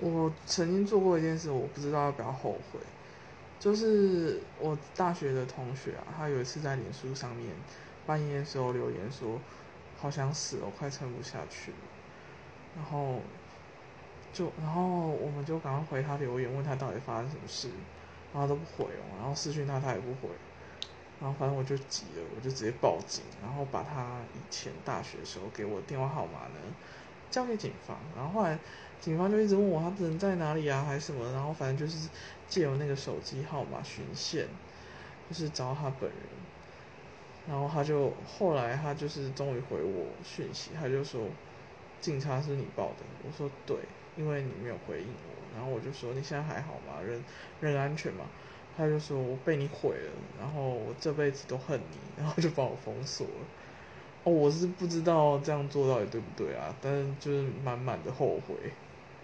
我曾经做过一件事，我不知道要不要后悔。就是我大学的同学啊，他有一次在脸书上面半夜的时候留言说，好想死了，我快撑不下去了。然后然后我们就赶快回他留言，问他到底发生什么事，然后他都不回哦，然后私讯他也不回，然后反正我就急了，我就直接报警，然后把他以前大学时候给我的电话号码呢交给警方，然后后来警方就一直问我他人在哪里啊，还是什么，然后反正就是借由那个手机号码寻线，就是找他本人，然后后来他就是终于回我讯息，他就说警察是你报的，我说对，因为你没有回应我，然后我就说你现在还好吗？人安全吗？他就说我被你毁了，然后我这辈子都恨你，然后就把我封锁了。哦，我是不知道这样做到底对不对啊，但是就是满满的后悔。